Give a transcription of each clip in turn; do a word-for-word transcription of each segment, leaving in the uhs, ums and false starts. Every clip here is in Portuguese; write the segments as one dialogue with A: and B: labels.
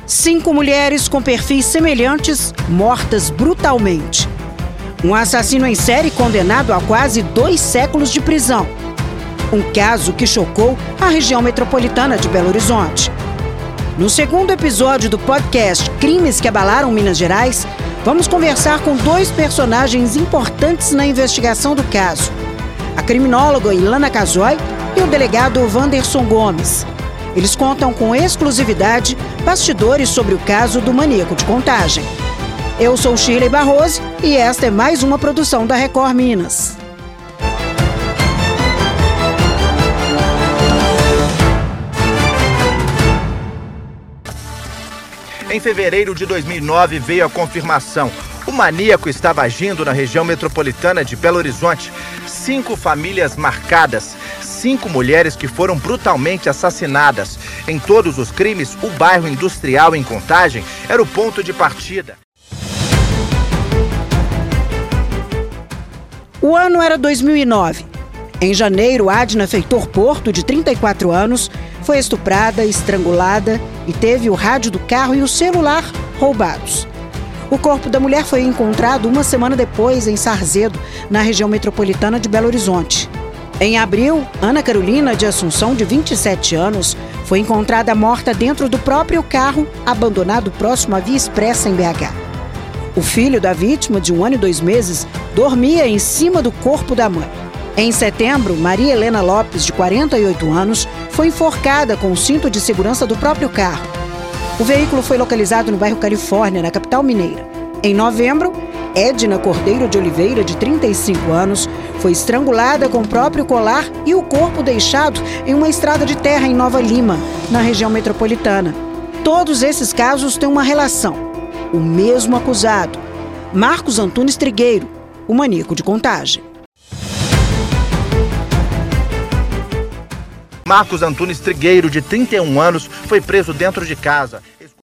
A: Cinco mulheres com perfis semelhantes mortas brutalmente. Um assassino em série condenado a quase dois séculos de prisão. Um caso que chocou a região metropolitana de Belo Horizonte. No segundo episódio do podcast Crimes que Abalaram Minas Gerais, vamos conversar com dois personagens importantes na investigação do caso. A criminóloga Ilana Casoy e o delegado Wanderson Gomes. Eles contam com exclusividade bastidores sobre o caso do maníaco de Contagem. Eu sou Shirley Barroso e esta é mais uma produção da Record Minas.
B: Em fevereiro de dois mil e nove veio a confirmação. O maníaco estava agindo na região metropolitana de Belo Horizonte. Cinco famílias marcadas. Cinco mulheres que foram brutalmente assassinadas. Em todos os crimes, o bairro industrial em Contagem era o ponto de partida.
A: O ano era dois mil e nove. Em janeiro, Adna Feitor Porto, de trinta e quatro anos, foi estuprada, estrangulada e teve o rádio do carro e o celular roubados. O corpo da mulher foi encontrado uma semana depois em Sarzedo, na região metropolitana de Belo Horizonte. Em abril, Ana Carolina de Assunção, de vinte e sete anos, foi encontrada morta dentro do próprio carro, abandonado próximo à Via Expressa em B H. O filho da vítima, de um ano e dois meses, dormia em cima do corpo da mãe. Em setembro, Maria Helena Lopes, de quarenta e oito anos, foi enforcada com o cinto de segurança do próprio carro. O veículo foi localizado no bairro Califórnia, na capital mineira. Em novembro, Edna Cordeiro de Oliveira, de trinta e cinco anos, foi estrangulada com o próprio colar e o corpo deixado em uma estrada de terra em Nova Lima, na região metropolitana. Todos esses casos têm uma relação. O mesmo acusado, Marcos Antunes Trigueiro, o maníaco de Contagem.
B: Marcos Antunes Trigueiro, de trinta e um anos, foi preso dentro de casa.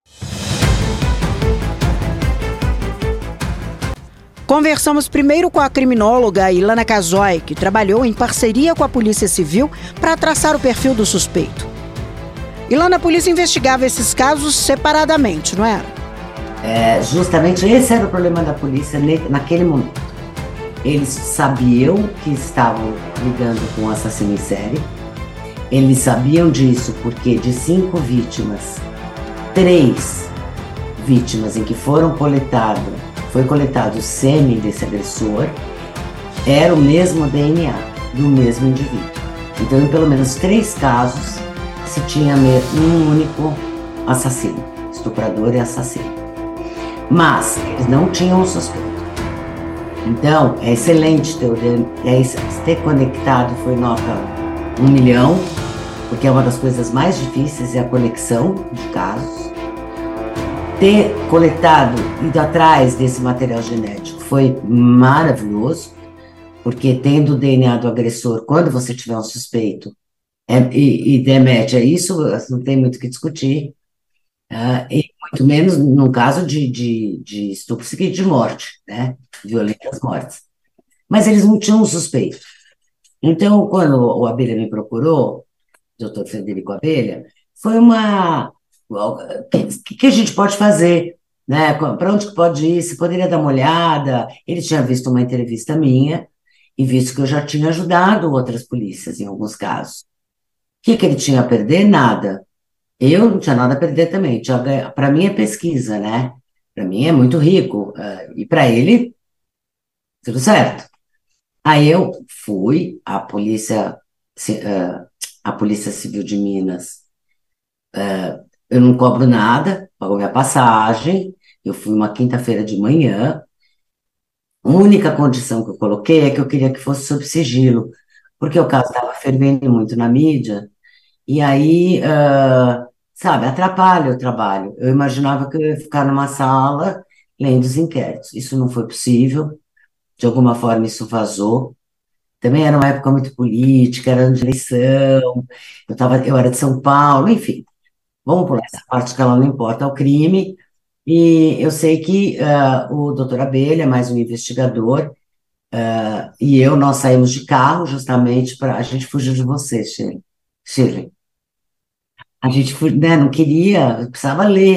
A: Conversamos primeiro com a criminóloga Ilana Casoy, que trabalhou em parceria com a Polícia Civil para traçar o perfil do suspeito. Ilana, a polícia investigava esses casos separadamente, não era?
C: É, justamente esse era o problema da polícia naquele momento. Eles sabiam que estavam lidando com um assassino em série. Eles sabiam disso porque de cinco vítimas, três vítimas em que foram coletadas foi coletado o sêmen desse agressor, era o mesmo D N A do mesmo indivíduo. Então, em pelo menos três casos, se tinha um único assassino, estuprador e assassino. Mas eles não tinham um suspeito. Então, é excelente ter, é, ter conectado, foi nota um milhão, porque é uma das coisas mais difíceis, é a conexão de casos. Ter coletado, ido atrás desse material genético foi maravilhoso, porque tendo o D N A do agressor, quando você tiver um suspeito é, e, e demete, é isso, não tem muito o que discutir, uh, e muito menos num caso de, de, de estupro seguido de morte, né? Violentas mortes. Mas eles não tinham um suspeito. Então, quando o Abelha me procurou, doutor Frederico Abelha, foi uma... O que, que a gente pode fazer, né? Para onde que pode ir? Se poderia dar uma olhada? Ele tinha visto uma entrevista minha e visto que eu já tinha ajudado outras polícias em alguns casos. O que, que ele tinha a perder? Nada. Eu não tinha nada a perder também. Para mim é pesquisa, né? Para mim é muito rico. Uh, e para ele, tudo certo. Aí eu fui, a polícia, uh, a Polícia Civil de Minas, uh, eu não cobro nada, pagou minha passagem, eu fui uma quinta-feira de manhã. A única condição que eu coloquei é que eu queria que fosse sob sigilo, porque o caso estava fervendo muito na mídia, e aí, uh, sabe, atrapalha o trabalho. Eu imaginava que eu ia ficar numa sala lendo os inquéritos. Isso não foi possível, de alguma forma isso vazou. Também era uma época muito política, era ano de eleição, eu, tava, eu era de São Paulo, enfim. Vamos pular essa parte que ela não importa ao crime. E eu sei que uh, o doutor Abelha, mais um investigador, uh, e eu, nós saímos de carro justamente para... A gente fugiu de você, Shirley. Shirley. A gente, né, não queria, precisava ler.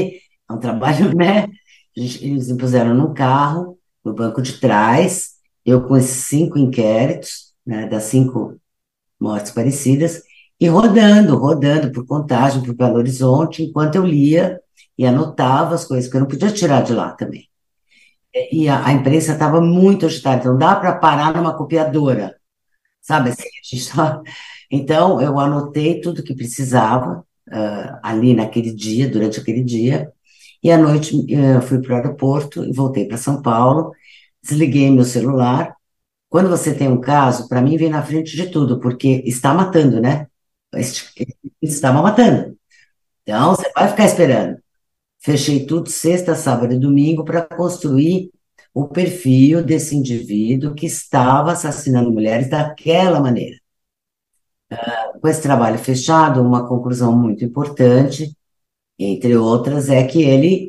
C: É um trabalho, né? A gente- Eles me puseram no carro, no banco de trás, eu com esses cinco inquéritos, né, das cinco mortes parecidas, e rodando, rodando por Contagem, por Belo Horizonte, enquanto eu lia e anotava as coisas, que eu não podia tirar de lá também. E a, a imprensa estava muito agitada, então dá para parar numa copiadora, sabe assim, a gente tava- Então, eu anotei tudo que precisava, ah, ali naquele dia, durante aquele dia, e à noite eh, eu fui para o aeroporto e voltei para São Paulo, desliguei meu celular. Quando você tem um caso, para mim vem na frente de tudo, porque está matando, né? Este- Estava matando. Então, você vai ficar esperando. Fechei tudo sexta, sábado e domingo para construir o perfil desse indivíduo que estava assassinando mulheres daquela maneira. Com esse trabalho fechado, uma conclusão muito importante, entre outras, é que ele,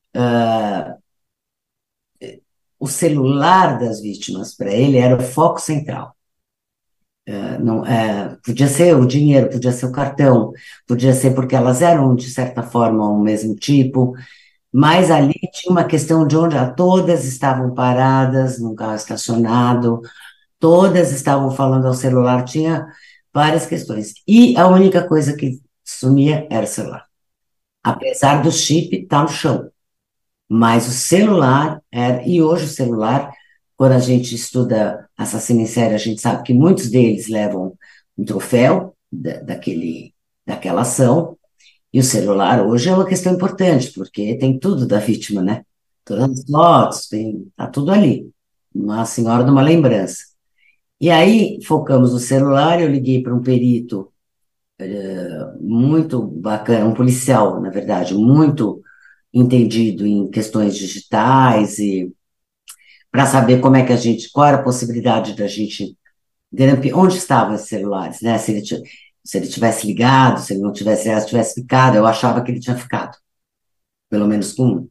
C: o celular das vítimas, para ele, era o foco central. Não, é, podia ser o dinheiro, podia ser o cartão, podia ser porque elas eram, de certa forma, o mesmo tipo, mas ali tinha uma questão de onde todas estavam paradas num carro estacionado, todas estavam falando ao celular, tinha várias questões. E a única coisa que sumia era o celular. Apesar do chip estar no chão. Mas o celular, era, e hoje o celular, quando a gente estuda assassino em série, a gente sabe que muitos deles levam um troféu da, daquele, daquela ação, e o celular hoje é uma questão importante, porque tem tudo da vítima, né? Todas as fotos, tem, tá tudo ali. Uma senhora de uma lembrança. E aí, focamos no celular, eu liguei para um perito muito bacana, um policial, na verdade, muito entendido em questões digitais e para saber como é que a gente, qual era a possibilidade da gente grampear, onde estavam esses celulares, né? Se ele, ti- se ele tivesse ligado, se ele não tivesse ligado, se tivesse ficado, eu achava que ele tinha ficado, pelo menos com um.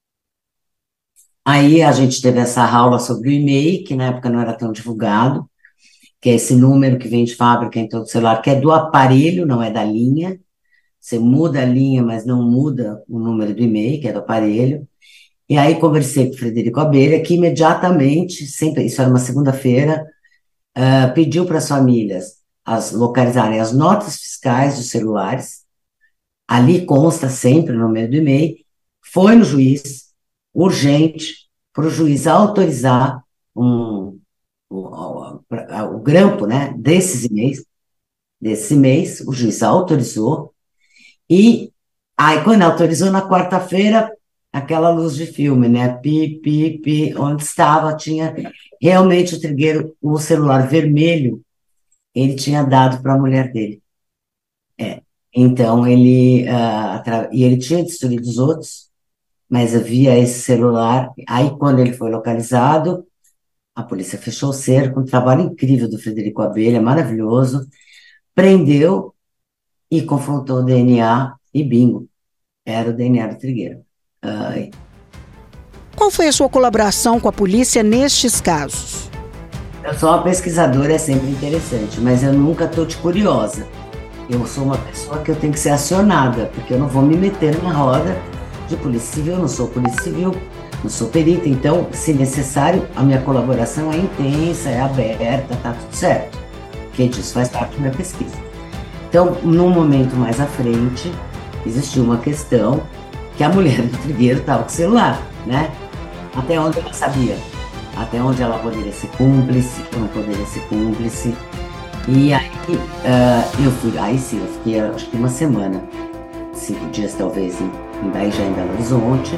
C: Aí a gente teve essa aula sobre o e-mail, que na época não era tão divulgado, que é esse número que vem de fábrica em todo celular, que é do aparelho, não é da linha. Você muda a linha, mas não muda o número do e-mail, que é do aparelho. E aí conversei com o Frederico Abelha, que imediatamente, sempre, isso era uma segunda-feira, ah, pediu para as famílias as localizarem as notas fiscais dos celulares. Ali consta sempre o número do e-mail. Foi no juiz, urgente, para o juiz autorizar um, o, o, o grampo, né, desses e-mails, desses e-mails, o juiz autorizou. E aí, quando autorizou na quarta-feira, aquela luz de filme, né? Pi, pi, pi, onde estava, tinha realmente o trigueiro, o celular vermelho, ele tinha dado para a mulher dele. É. Então, ele, ah, atra- e ele tinha destruído os outros, mas havia esse celular. Aí, quando ele foi localizado, a polícia fechou o cerco, um trabalho incrível do Frederico Abelha, maravilhoso, prendeu e confrontou o D N A e bingo, era o D N A do trigueiro. Ai,
A: Qual foi a sua colaboração com a polícia nestes casos?
C: eu sou uma pesquisadora, é sempre interessante, mas eu nunca estou de curiosa. Eu sou uma pessoa que eu tenho que ser acionada, porque eu não vou me meter na roda de polícia civil, eu não sou polícia civil, não sou perita, então, se necessário, a minha colaboração é intensa, é aberta, tá tudo certo, porque disso faz parte da minha pesquisa. Então, num momento mais à frente, existiu uma questão que a mulher do trigueiro estava com o celular, né? Até onde ela sabia, até onde ela poderia ser cúmplice, ou não poderia ser cúmplice. E aí, ah, eu fui, aí sim, eu fiquei acho que uma semana, cinco dias talvez, em, em Baijá, em Belo Horizonte.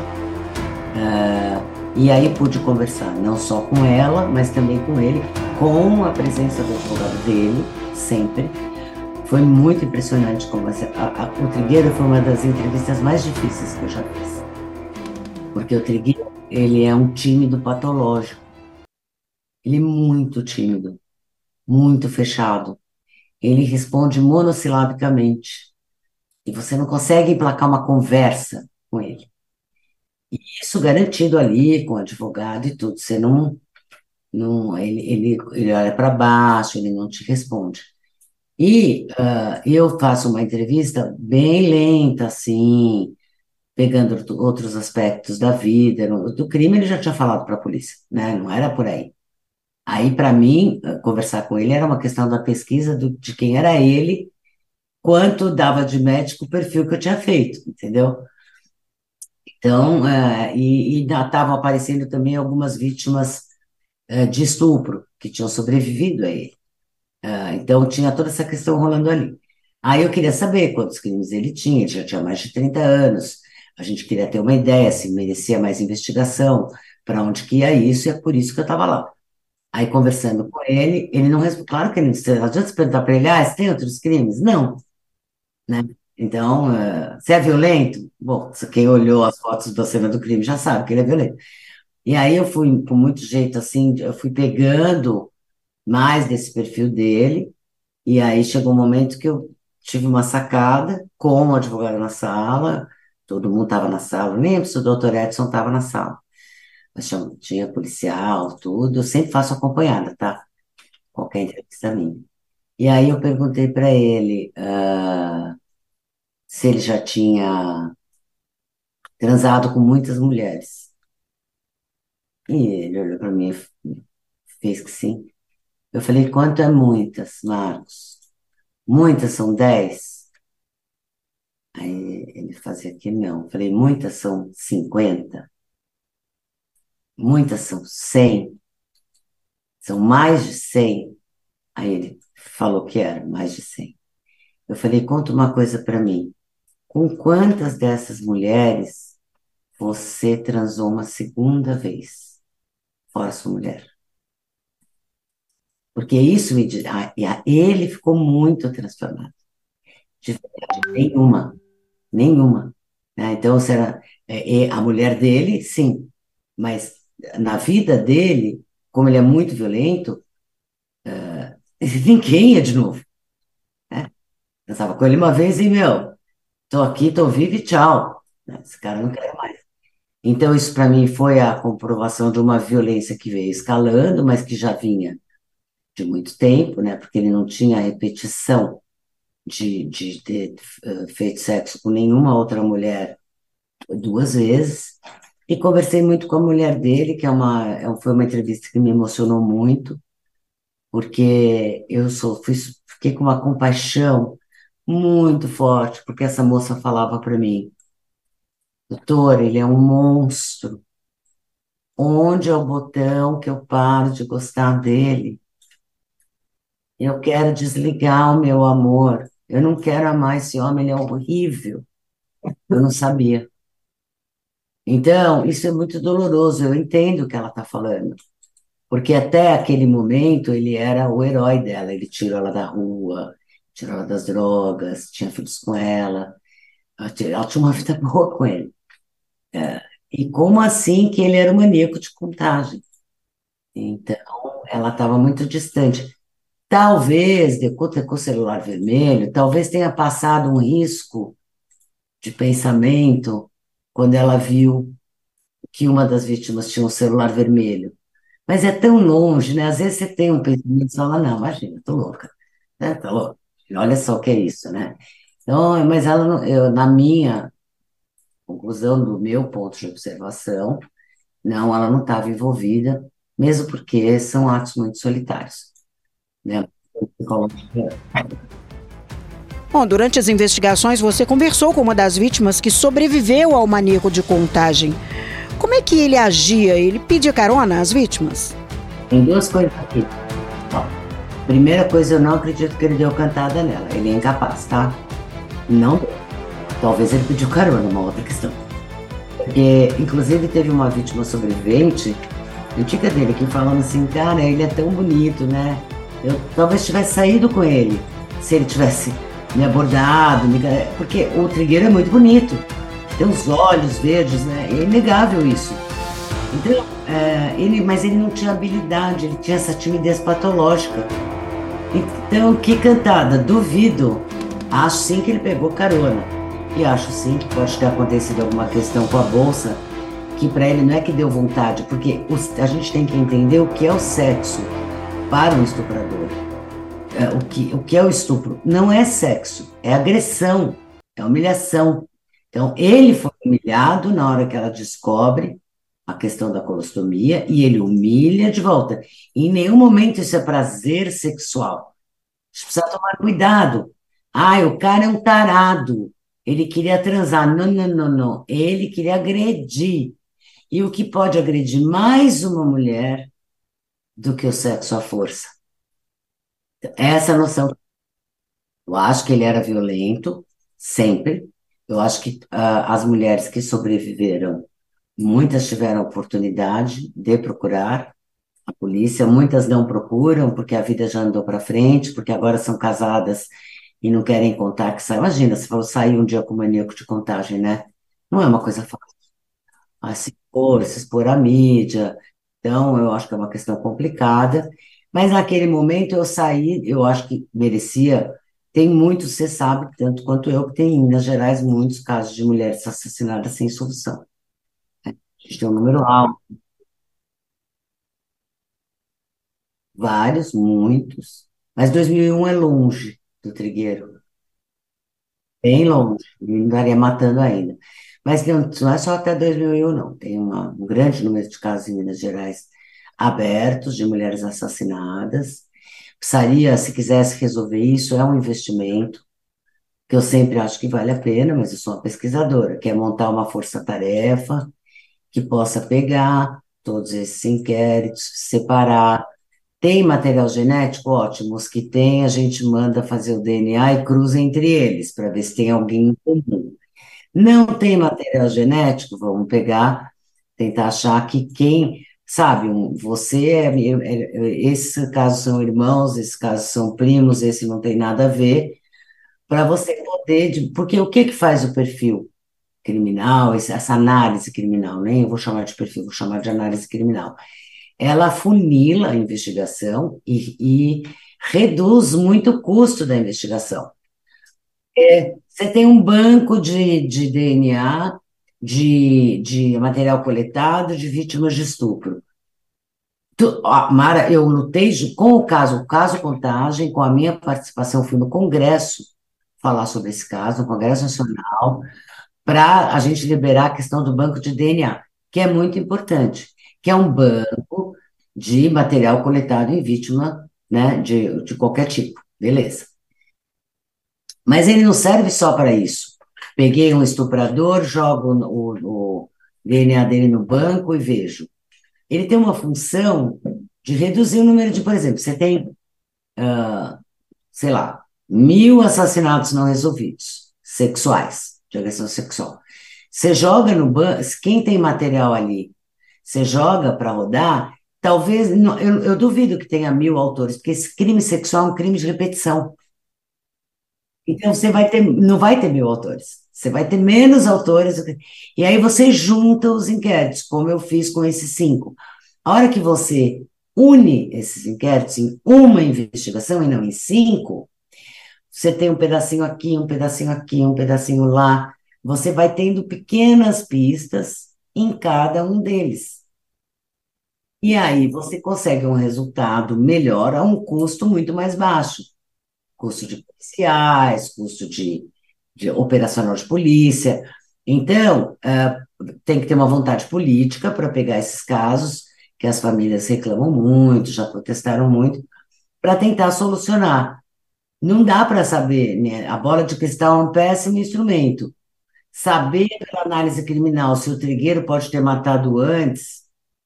C: Ah, e aí pude conversar não só com ela, mas também com ele, com a presença do advogado dele, sempre. Foi muito impressionante como essa, a, a, o Trigueiro foi uma das entrevistas mais difíceis que eu já fiz. Porque o Trigueiro, ele é um tímido patológico. Ele é muito tímido, muito fechado. Ele responde monossilabicamente. E você não consegue emplacar uma conversa com ele. E isso garantido ali, com o advogado e tudo. Você não. não ele, ele, ele olha para baixo, ele não te responde. E ah, eu faço uma entrevista bem lenta, assim, pegando outro- outros aspectos da vida. No- Do crime ele já tinha falado para a polícia, né? Não era por aí. Aí, para mim, eh, conversar com ele era uma questão da pesquisa do- de quem era ele, quanto dava de médico o perfil que eu tinha feito, entendeu? Então, eh, e estavam aparecendo também algumas vítimas eh, de estupro que tinham sobrevivido a ele. Ah, então, tinha toda essa questão rolando ali. Aí eu queria saber quantos crimes ele tinha, ele já tinha mais de trinta anos. A gente queria ter uma ideia se merecia mais investigação, para onde que ia isso, e é por isso que eu estava lá. Aí, conversando com ele, ele não respondeu. Claro que ele não, não adianta você perguntar para ele, ah, você tem outros crimes? Não, né? Então, eh, você é violento? Bom, se quem olhou as fotos da cena do crime já sabe que ele é violento. E aí eu fui, com muito jeito assim, eu fui pegando mais desse perfil dele, e aí chegou um momento que eu tive uma sacada com o advogado na sala, todo mundo estava na sala, nem lembro se o doutor Edson estava na sala, mas tinha, tinha policial, tudo, eu sempre faço acompanhada, tá? Qualquer entrevista minha. E aí eu perguntei para ele, ah, se ele já tinha transado com muitas mulheres. E ele olhou para mim e fez que sim. Eu falei, quanto é muitas, Marcos? Muitas são dez? Aí ele fazia que não. Eu falei, muitas são cinquenta? Muitas são cem? São mais de cem? Aí ele falou que era mais de cem. Eu falei, conta uma coisa para mim. Com quantas dessas mulheres você transou uma segunda vez, fora sua mulher? Porque isso me diz, ah, e a- ele ficou muito transformado. De verdade, nenhuma, nenhuma. Né? Então, será, é, é, a mulher dele, sim, mas na vida dele, como ele é muito violento, ninguém ia de novo. Né? Eu estava com ele uma vez e, meu, tô aqui, tô vivo e tchau. Né? Esse cara não quer mais. Então, isso para mim foi a comprovação de uma violência que veio escalando, mas que já vinha de muito tempo, né? Porque ele não tinha repetição de, de ter eh, feito sexo com nenhuma outra mulher duas vezes. E conversei muito com a mulher dele, que é uma, é um- foi uma entrevista que me emocionou muito, porque eu sou, fui, fiquei com uma compaixão muito forte, porque essa moça falava para mim, doutor, ele é um monstro. Onde é o botão que eu paro de gostar dele? Eu quero desligar o meu amor. Eu não quero amar esse homem, ele é horrível. Eu não sabia. Então, isso é muito doloroso. Eu entendo o que ela está falando. Porque até aquele momento ele era o herói dela. Ele tirou ela da rua, tirou ela das drogas, tinha filhos com ela. Ela tinha ela tinha uma vida boa com ele. E como assim que ele era o maníaco de contagem? Então, ela estava muito distante. Talvez, de com com o celular vermelho, talvez tenha passado um risco de pensamento quando ela viu que uma das vítimas tinha um celular vermelho. Mas é tão longe, né? Às vezes você tem um pensamento e fala, não, imagina, tô louca, né? Tá louca. Olha só o que é isso, né? Então, mas ela, não- eu, na minha conclusão, do meu ponto de observação, não, ela não estava envolvida, mesmo porque são atos muito solitários, né?
A: Bom, durante as investigações, você conversou com uma das vítimas que sobreviveu ao maníaco de contagem. Como é que ele agia? Ele pedia carona às vítimas?
C: Tem duas coisas aqui. Ó, primeira coisa, eu não acredito que ele deu cantada nela. Ele é incapaz, tá? Não deu. Talvez ele pediu carona, uma outra questão. Porque, inclusive, teve uma vítima sobrevivente, antiga dele, que falando assim, cara, ele é tão bonito, né? Eu talvez tivesse saído com ele, se ele tivesse me abordado, me... porque o Trigueiro é muito bonito. Tem os olhos verdes, né? É inegável isso. Então, é, ele, mas ele não tinha habilidade, ele tinha essa timidez patológica. Então, que cantada, duvido. Acho sim que ele pegou carona. E acho sim que pode ter acontecido alguma questão com a bolsa, que para ele não é que deu vontade, porque os, a gente tem que entender o que é o sexo para um estuprador. É, o, que, o que é o estupro? Não é sexo, é agressão, é humilhação. Então, ele foi humilhado na hora que ela descobre a questão da colostomia e ele humilha de volta. Em nenhum momento isso é prazer sexual. A gente precisa tomar cuidado. Ai, o cara é um tarado. Ele queria transar. Não, não, não, não. Ele queria agredir. E o que pode agredir mais uma mulher do que o sexo à força? Essa noção. Eu acho que ele era violento, sempre. Eu acho que ah, as mulheres que sobreviveram, muitas tiveram a oportunidade de procurar a polícia, muitas não procuram porque a vida já andou para frente, porque agora são casadas e não querem contar que sai. Imagina, se falou sair um dia com maníaco de contagem, né? Não é uma coisa fácil. Ah, se expor, se expor à mídia. Então, eu acho que é uma questão complicada. Mas naquele momento eu saí, eu acho que merecia. Tem muitos, você sabe, tanto quanto eu, que tem em Minas Gerais muitos casos de mulheres assassinadas sem solução. A gente tem um número alto, vários, muitos. Mas dois mil e um é longe do Trigueiro, bem longe, e estaria matando ainda. Mas não, não é só até dois mil e um, não. Tem uma- um grande número de casos em Minas Gerais abertos de mulheres assassinadas. Precisaria, se quisesse resolver isso, é um investimento, que eu sempre acho que vale a pena, mas eu sou uma pesquisadora, que é montar uma força-tarefa que possa pegar todos esses inquéritos, separar. Tem material genético? Ótimo. Os que tem, a gente manda fazer o D N A e cruza entre eles, para ver se tem alguém em comum. Não tem material genético? Vamos pegar, tentar achar que quem, sabe, um, você é, é- é- esses casos são irmãos, esses casos são primos, esse não tem nada a ver, para você poder, de- porque o que que faz o perfil criminal, esse- essa análise criminal, nem eu vou chamar de perfil, vou chamar de análise criminal. Ela afunila a investigação e, e reduz muito o custo da investigação. Você tem um banco de, de D N A, de, de material coletado de vítimas de estupro. Tu- ó, Mara, eu lutei ju- com o caso, o caso Contagem, com a minha participação, fui no Congresso falar sobre esse caso, no Congresso Nacional, para a gente liberar a questão do banco de D N A, que é muito importante, que é um banco de material coletado em vítima, né, de, de qualquer tipo, beleza. Mas ele não serve só para isso. Peguei um estuprador, jogo o, o D N A dele no banco e vejo. Ele tem uma função de reduzir o número de, por exemplo, você tem, sei lá, mil assassinatos não resolvidos, sexuais, de agressão sexual. Você joga no banco, quem tem material ali, você joga para rodar, talvez, não, eu, eu duvido que tenha mil autores, porque esse crime sexual é um crime de repetição. Então, você vai ter, não vai ter mil autores, você vai ter menos autores, do que- e aí você junta os inquéritos, como eu fiz com esses cinco. A hora que você une esses inquéritos em uma investigação e não em cinco, você tem um pedacinho aqui, um pedacinho aqui, um pedacinho lá, você vai tendo pequenas pistas em cada um deles. E aí você consegue um resultado melhor a um custo muito mais baixo. Custo de policiais, custo de, de operacional de polícia. Então, ah, tem que ter uma vontade política para pegar esses casos, que as famílias reclamam muito, já protestaram muito, para tentar solucionar. Não dá para saber, né? A bola de cristal é um péssimo instrumento. Saber pela análise criminal se o Trigueiro pode ter matado antes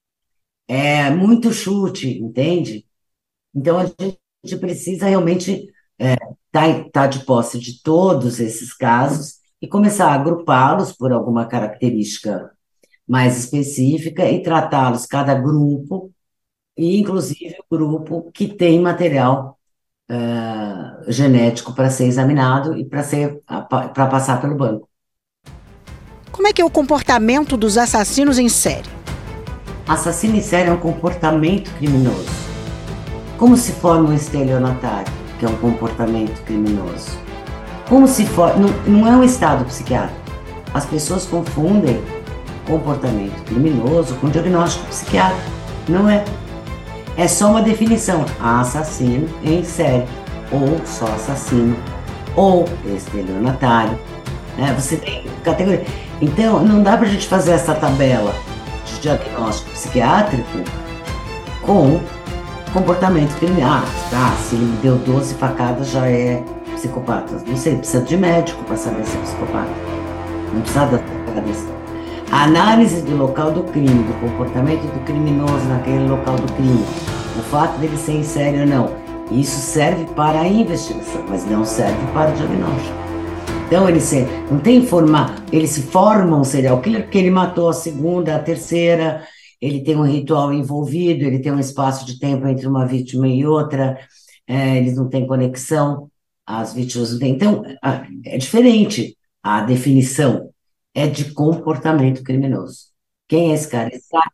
C: é muito chute, entende? Então, a gente precisa realmente estar tá, de posse de todos esses casos e começar a agrupá-los por alguma característica mais específica e tratá-los, cada grupo, e inclusive o grupo que tem material ah, genético para ser examinado e para ser para passar pelo banco.
A: Como é que é o comportamento dos assassinos em série?
C: Assassino em série é um comportamento criminoso. Como se forma um estelionatário, que é um comportamento criminoso? Como se forma... Não, não é um estado psiquiátrico. As pessoas confundem comportamento criminoso com diagnóstico psiquiátrico. Não é. É só uma definição. Assassino em série. Ou só assassino. Ou estelionatário. Né? Você tem categoria. Então, não dá pra gente fazer essa tabela de diagnóstico psiquiátrico com comportamento criminal. Ah, tá, se ele deu doze facadas já é psicopata. Não sei, precisa de médico para saber se é psicopata. Não precisa das facadas. A análise do local do crime, do comportamento do criminoso naquele local do crime, o fato dele ser em série ou não, isso serve para a investigação, mas não serve para o diagnóstico. Então ele se, não tem formar, ele se forma um serial killer porque ele matou a segunda, a terceira, ele tem um ritual envolvido, ele tem um espaço de tempo entre uma vítima e outra, é, eles não têm conexão, as vítimas não têm. Então, é diferente a definição, é de comportamento criminoso. Quem é esse cara? Esse cara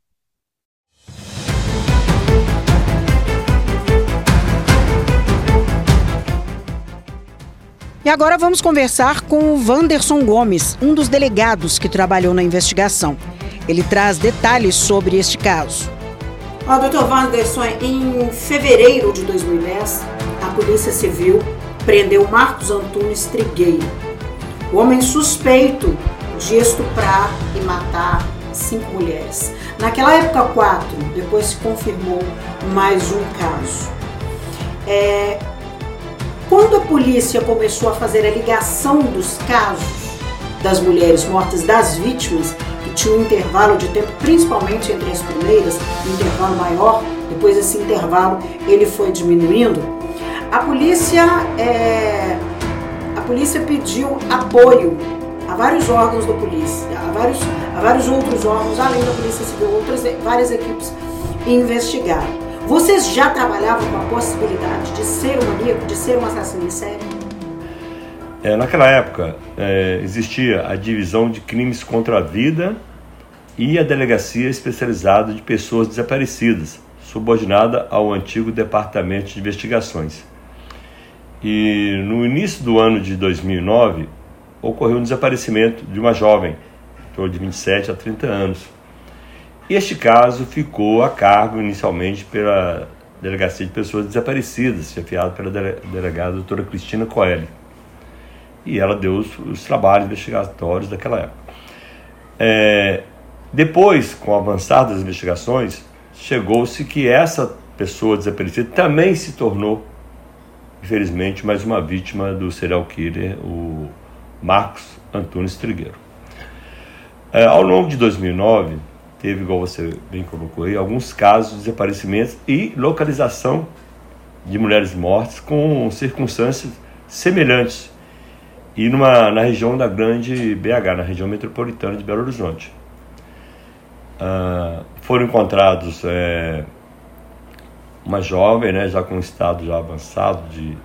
A: E agora vamos conversar com o Wanderson Gomes, um dos delegados que trabalhou na investigação. Ele traz detalhes sobre este caso.
D: Ó, doutor Wanderson, em fevereiro de dois mil e dez, a Polícia Civil prendeu Marcos Antunes Trigueiro, o homem suspeito de estuprar e matar cinco mulheres. Naquela época, quatro, depois se confirmou mais um caso. É... Quando a polícia começou a fazer a ligação dos casos das mulheres mortas, das vítimas, que tinha um intervalo de tempo, principalmente entre as primeiras, um intervalo maior, depois esse intervalo ele foi diminuindo, a polícia, é, a polícia pediu apoio a vários órgãos da polícia, a vários, a vários outros órgãos, além da Polícia Civil, outras, várias equipes investigaram. Vocês já trabalhavam com a possibilidade de ser um maníaco, de ser um assassino em série?
E: É, naquela época, é, existia a divisão de crimes contra a vida e a delegacia especializada de pessoas desaparecidas, subordinada ao antigo Departamento de Investigações. E no início do ano de dois mil e nove, ocorreu um desaparecimento de uma jovem, em torno de vinte e sete a trinta anos. Este caso ficou a cargo inicialmente pela Delegacia de Pessoas Desaparecidas, chefiado pela delegada doutora Cristina Coelho. E ela deu os, os trabalhos investigatórios daquela época. É, depois, com o avançar das investigações, chegou-se que essa pessoa desaparecida também se tornou, infelizmente, mais uma vítima do serial killer, o Marcos Antunes Trigueiro. É, ao longo de dois mil e nove, teve, igual você bem colocou aí, alguns casos de desaparecimentos e localização de mulheres mortas com circunstâncias semelhantes e numa, na região da grande B H, na região metropolitana de Belo Horizonte. Ah, foram encontrados é, uma jovem, né, já com um estado já avançado de, de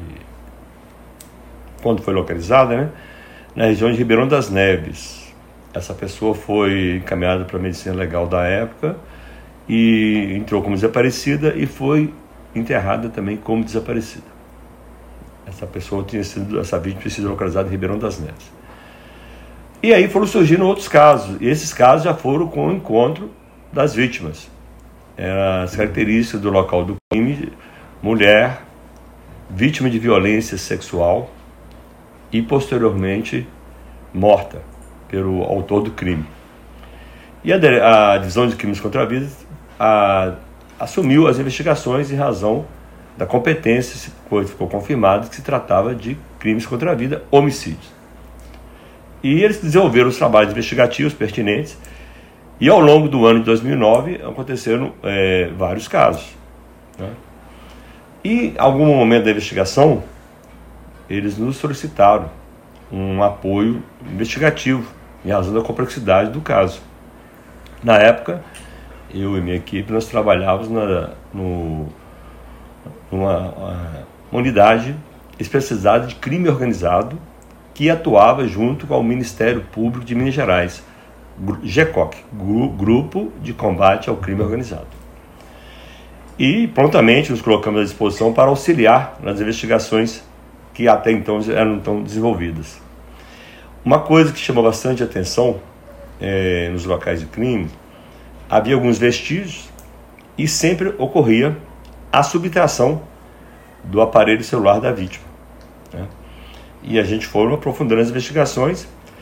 E: quando foi localizada, né, na região de Ribeirão das Neves. Essa pessoa foi encaminhada para a medicina legal da época e entrou como desaparecida e foi enterrada também como desaparecida. Essa pessoa tinha sido, essa vítima tinha sido localizada em Ribeirão das Neves. E aí foram surgindo outros casos, e esses casos já foram com o encontro das vítimas. Era as características do local do crime: mulher, vítima de violência sexual e posteriormente morta pelo autor do crime. E a, a divisão de crimes contra a vida a, assumiu as investigações em razão da competência, ficou, ficou confirmado que se tratava de crimes contra a vida, homicídios. E eles desenvolveram os trabalhos investigativos pertinentes e ao longo do ano de dois mil e nove aconteceram é, vários casos, né? E em algum momento da investigação eles nos solicitaram um apoio investigativo em razão da complexidade do caso. Na época, eu e minha equipe, nós trabalhávamos na, no, numa uma unidade especializada de crime organizado que atuava junto ao Ministério Público de Minas Gerais, G C O C, Grupo de Combate ao Crime Organizado. E prontamente nos colocamos à disposição para auxiliar nas investigações que até então eram tão desenvolvidas. Uma coisa que chamou bastante atenção é, nos locais de crime, havia alguns vestígios e sempre ocorria a subtração do aparelho celular da vítima, né? E a gente foi aprofundando as investigações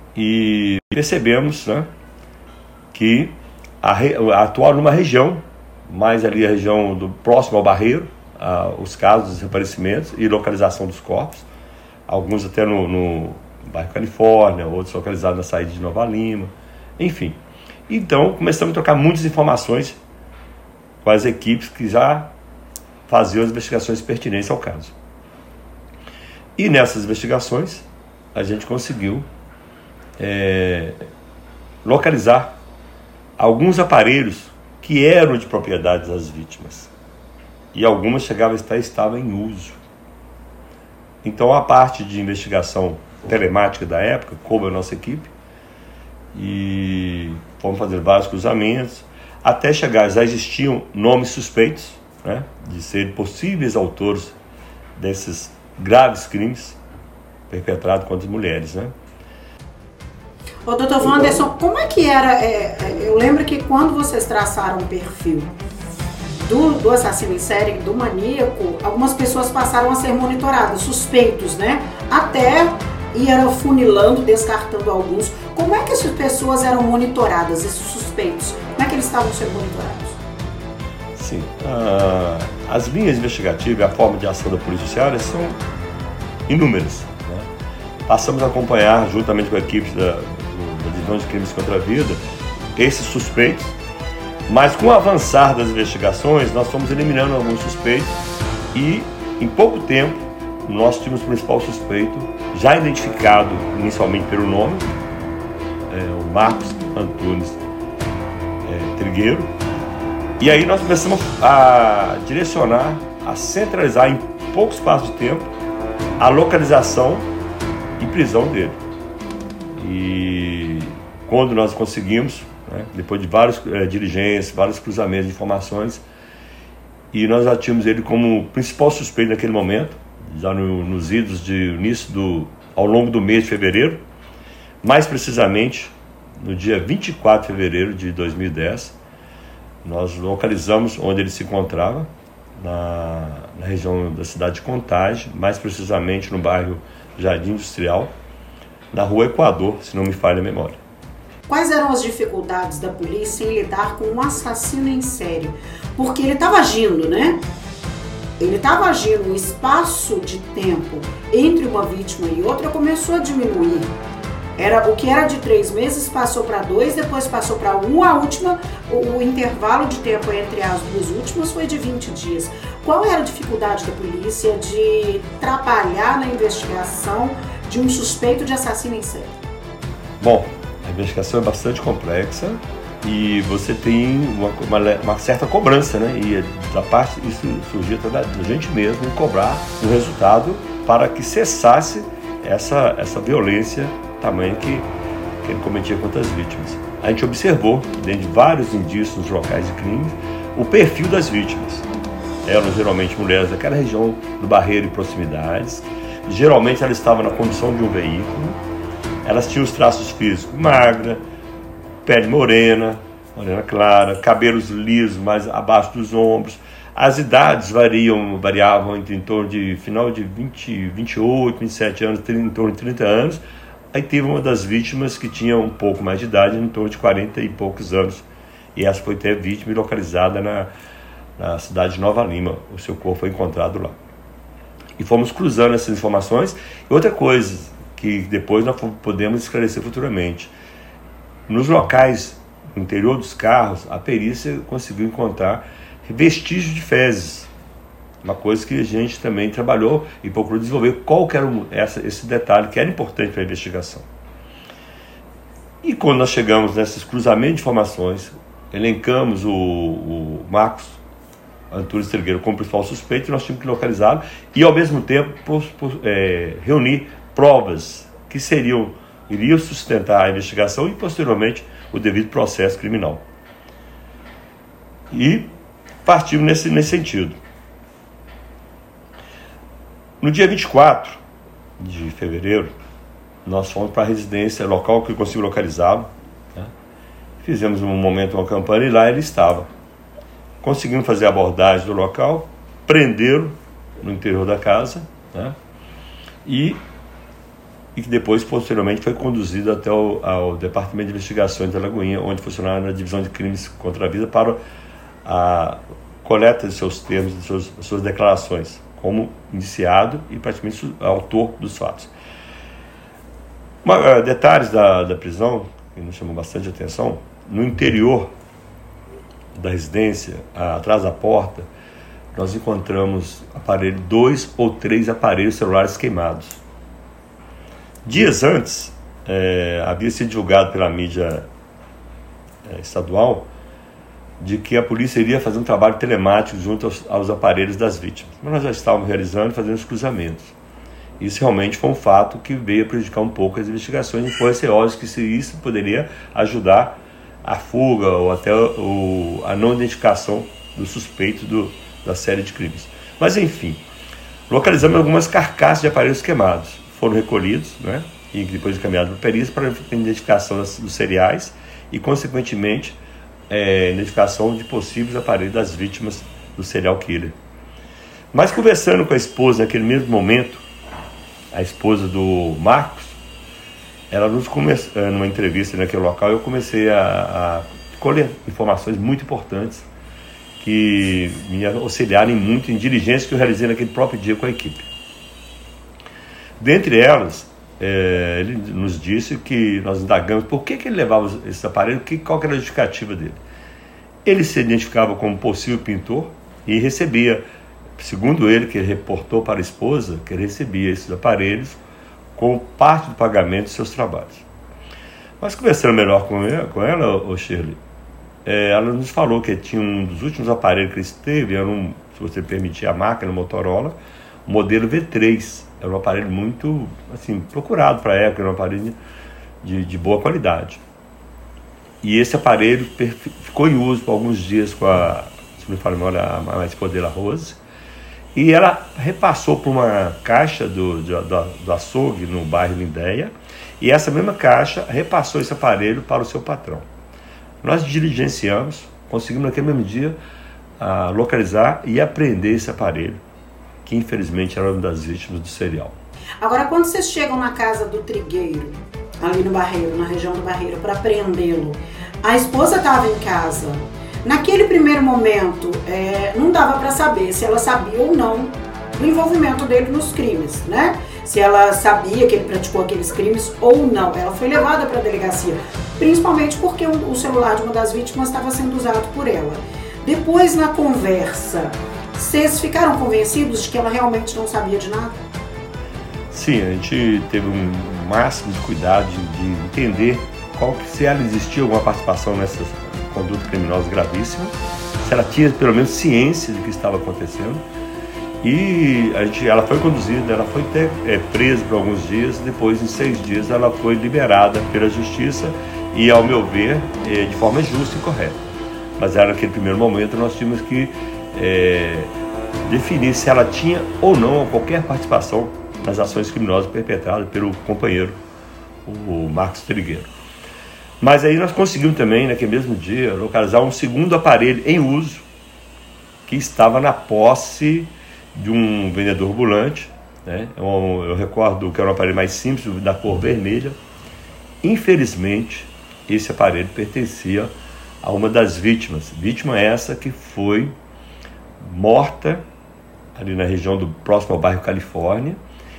E: e percebemos, né, que a, a atuar numa região, mais ali a região do próximo ao Barreiro, a, os casos de desaparecimentos e localização dos corpos, alguns até no, no bairro Califórnia, outros localizados na saída de Nova Lima, enfim. Então começamos a trocar muitas informações com as equipes que já faziam as investigações pertinentes ao caso. E nessas investigações a gente conseguiu é, localizar alguns aparelhos que eram de propriedade das vítimas. E algumas chegavam a estar estavam em uso. Então a parte de investigação telemática da época coube a nossa equipe e fomos fazer vários cruzamentos até chegar, já existiam nomes suspeitos, né, de serem possíveis autores desses graves crimes perpetrados contra as mulheres, né?
D: Ô, doutor Wanderson, como é que era? É, eu lembro que quando vocês traçaram o perfil do, do assassino em série, do maníaco, algumas pessoas passaram a ser monitoradas, suspeitos, né? Até ir funilando, descartando alguns. Como é que essas pessoas eram monitoradas, esses suspeitos? Como é que eles estavam sendo monitorados?
E: Sim, ah, as linhas investigativas, a forma de ação da Polícia Judiciária são inúmeras, né? Passamos a acompanhar, juntamente com a equipe da, da Divisão de Crimes contra a Vida, esses suspeitos, mas com o avançar das investigações, nós fomos eliminando alguns suspeitos e, em pouco tempo, nós tínhamos o principal suspeito, já identificado inicialmente pelo nome, é, o Marcos Antunes é, Trigueiro. E aí nós começamos a direcionar, a centralizar em pouco espaço de tempo a localização e prisão dele. E quando nós conseguimos, né, depois de vários é, diligências, vários cruzamentos de informações, e nós já tínhamos ele como principal suspeito naquele momento, já no, nos idos de início do, ao longo do mês de fevereiro, mais precisamente no dia vinte e quatro de fevereiro de dois mil e dez, nós localizamos onde ele se encontrava, na, na região da cidade de Contagem, mais precisamente no bairro Jardim Industrial, na rua Equador, se não me falha a memória.
D: Quais eram as dificuldades da polícia em lidar com um assassino em série? Porque ele estava agindo, né? Ele estava agindo, um espaço de tempo entre uma vítima e outra começou a diminuir. Era, o que era de três meses passou para dois, depois passou para um. A última, o, o intervalo de tempo entre as duas últimas foi de vinte dias. Qual era a dificuldade da polícia de trabalhar na investigação de um suspeito de assassino em série?
E: Bom, a investigação é bastante complexa e você tem uma, uma, uma certa cobrança, né? E da parte, isso surgiu da gente mesmo em cobrar um resultado para que cessasse essa, essa violência tamanho que, que ele cometia contra as vítimas. A gente observou, dentro de vários indícios nos locais de crime, o perfil das vítimas. Eram geralmente mulheres daquela região do Barreiro e proximidades. Geralmente elas estavam na condição de um veículo. Elas tinham os traços físicos magra, pele morena, morena clara, cabelos lisos, mais abaixo dos ombros. As idades variam, variavam entre em torno de final de vinte, vinte e oito, vinte e sete anos, em torno de trinta anos. Aí teve uma das vítimas que tinha um pouco mais de idade, em torno de quarenta e poucos anos. E essa foi até vítima localizada na, na cidade de Nova Lima. O seu corpo foi encontrado lá. E fomos cruzando essas informações. E outra coisa que depois nós podemos esclarecer futuramente. Nos locais, no interior dos carros, a perícia conseguiu encontrar vestígios de fezes. Uma coisa que a gente também trabalhou e procurou desenvolver qual que era essa, esse detalhe que era importante para a investigação. E quando nós chegamos nesses cruzamentos de informações, elencamos o, o Marcos Antunes Trigueiro como principal suspeito, nós tínhamos que localizá-lo e, ao mesmo tempo, por, por, é, reunir provas que seriam, iriam sustentar a investigação e, posteriormente, o devido processo criminal. E partimos nesse, nesse sentido. No dia vinte e quatro de fevereiro, nós fomos para a residência local que eu consigo localizá-lo, né? Fizemos um momento uma campanha e lá ele estava. Conseguimos fazer a abordagem do local, prendê-lo no interior da casa, né? E e que depois, posteriormente, foi conduzido até o ao Departamento de Investigações da Lagoinha, onde funcionava na Divisão de Crimes contra a Vida para a coleta de seus termos, de suas, suas declarações, como indiciado e praticamente autor dos fatos. Uma, uh, detalhes da, da prisão, que nos chamou bastante atenção: no interior da residência, uh, atrás da porta, nós encontramos aparelho, dois ou três aparelhos celulares queimados. Dias antes, é, havia sido divulgado pela mídia é, estadual de que a polícia iria fazer um trabalho telemático junto aos, aos aparelhos das vítimas. Mas nós já estávamos realizando e fazendo os cruzamentos. Isso realmente foi um fato que veio a prejudicar um pouco as investigações, e foi receoso que se isso poderia ajudar a fuga ou até o, a não identificação do suspeito do, da série de crimes. Mas enfim, localizamos algumas carcaças de aparelhos queimados. Foram recolhidos, né, e depois encaminhados para a perícia para a identificação das, dos cereais e, consequentemente, é, identificação de possíveis aparelhos das vítimas do serial killer. Mas conversando com a esposa naquele mesmo momento, a esposa do Marcos, ela nos começou, numa entrevista naquele local, eu comecei a, a colher informações muito importantes que me auxiliaram muito em diligências que eu realizei naquele próprio dia com a equipe. Dentre elas, é, ele nos disse que nós indagamos por que, que ele levava esse aparelho, que, qual que era a justificativa dele. Ele se identificava como possível pintor e recebia, segundo ele, que ele reportou para a esposa, que ele recebia esses aparelhos como parte do pagamento de seus trabalhos. Mas conversando melhor com ela, com ela ô Shirley, é, ela nos falou que tinha um dos últimos aparelhos que ele teve, era um, se você permitir a marca, no Motorola, o modelo V três. Era um aparelho muito assim, procurado para a época, era um aparelho de, de boa qualidade. E esse aparelho ficou em uso por alguns dias com a, se não me falha memória, a, a esposa dela, Rose, e ela repassou por uma caixa do, do, do, do açougue no bairro Lindéia, e essa mesma caixa repassou esse aparelho para o seu patrão. Nós diligenciamos, conseguimos naquele mesmo dia a, localizar e apreender esse aparelho, que infelizmente era uma das vítimas do serial.
D: Agora, quando vocês chegam na casa do Trigueiro, ali no Barreiro, na região do Barreiro, para prendê-lo, a esposa estava em casa. Naquele primeiro momento, é, não dava para saber se ela sabia ou não do envolvimento dele nos crimes, né? Se ela sabia que ele praticou aqueles crimes ou não. Ela foi levada para a delegacia, principalmente porque o, o celular de uma das vítimas estava sendo usado por ela. Depois, na conversa, vocês ficaram convencidos de que ela realmente não sabia de nada?
E: Sim, a gente teve um máximo de cuidado de, de entender qual que, se ela existia alguma participação nessa conduta criminosa gravíssima, se ela tinha pelo menos ciência do que estava acontecendo. E a gente, ela foi conduzida, ela foi até é, presa por alguns dias, depois, em seis dias, ela foi liberada pela justiça e, ao meu ver, é, de forma justa e correta. Mas era naquele primeiro momento nós tínhamos que É, definir se ela tinha ou não qualquer participação nas ações criminosas perpetradas pelo companheiro, o Marcos Trigueiro. Mas aí nós conseguimos também, naquele mesmo dia, localizar um segundo aparelho em uso que estava na posse de um vendedor ambulante, né? Eu, eu recordo que era um aparelho mais simples, da cor vermelha. Infelizmente, esse aparelho pertencia a uma das vítimas, vítima essa que foi morta ali na região do próximo ao bairro Califórnia.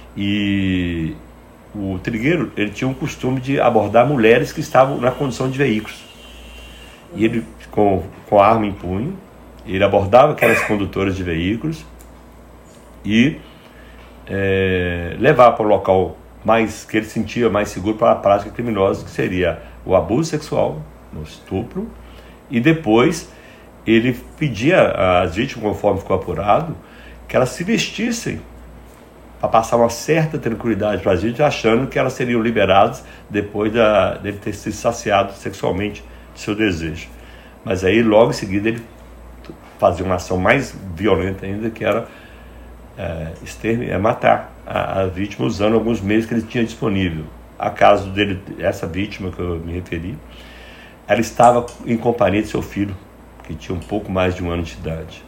E: E o Trigueiro, ele tinha um costume de abordar mulheres que estavam na condição de veículos, e ele, com, com a arma em punho, ele abordava aquelas condutoras de veículos e é, levava para o local mais, que ele sentia mais seguro para a prática criminosa, que seria o abuso sexual, o estupro, e depois ele pedia às vítimas, conforme ficou apurado, que elas se vestissem para passar uma certa tranquilidade para as vítimas, achando que elas seriam liberadas depois da, dele ter se saciado sexualmente de seu desejo. Mas aí, logo em seguida, ele fazia uma ação mais violenta ainda, que era é, extermin, é matar a, a vítima usando alguns meios que ele tinha disponível. A caso dele, essa vítima que eu me referi, ela estava em companhia de seu filho, que tinha um pouco mais de um ano de idade.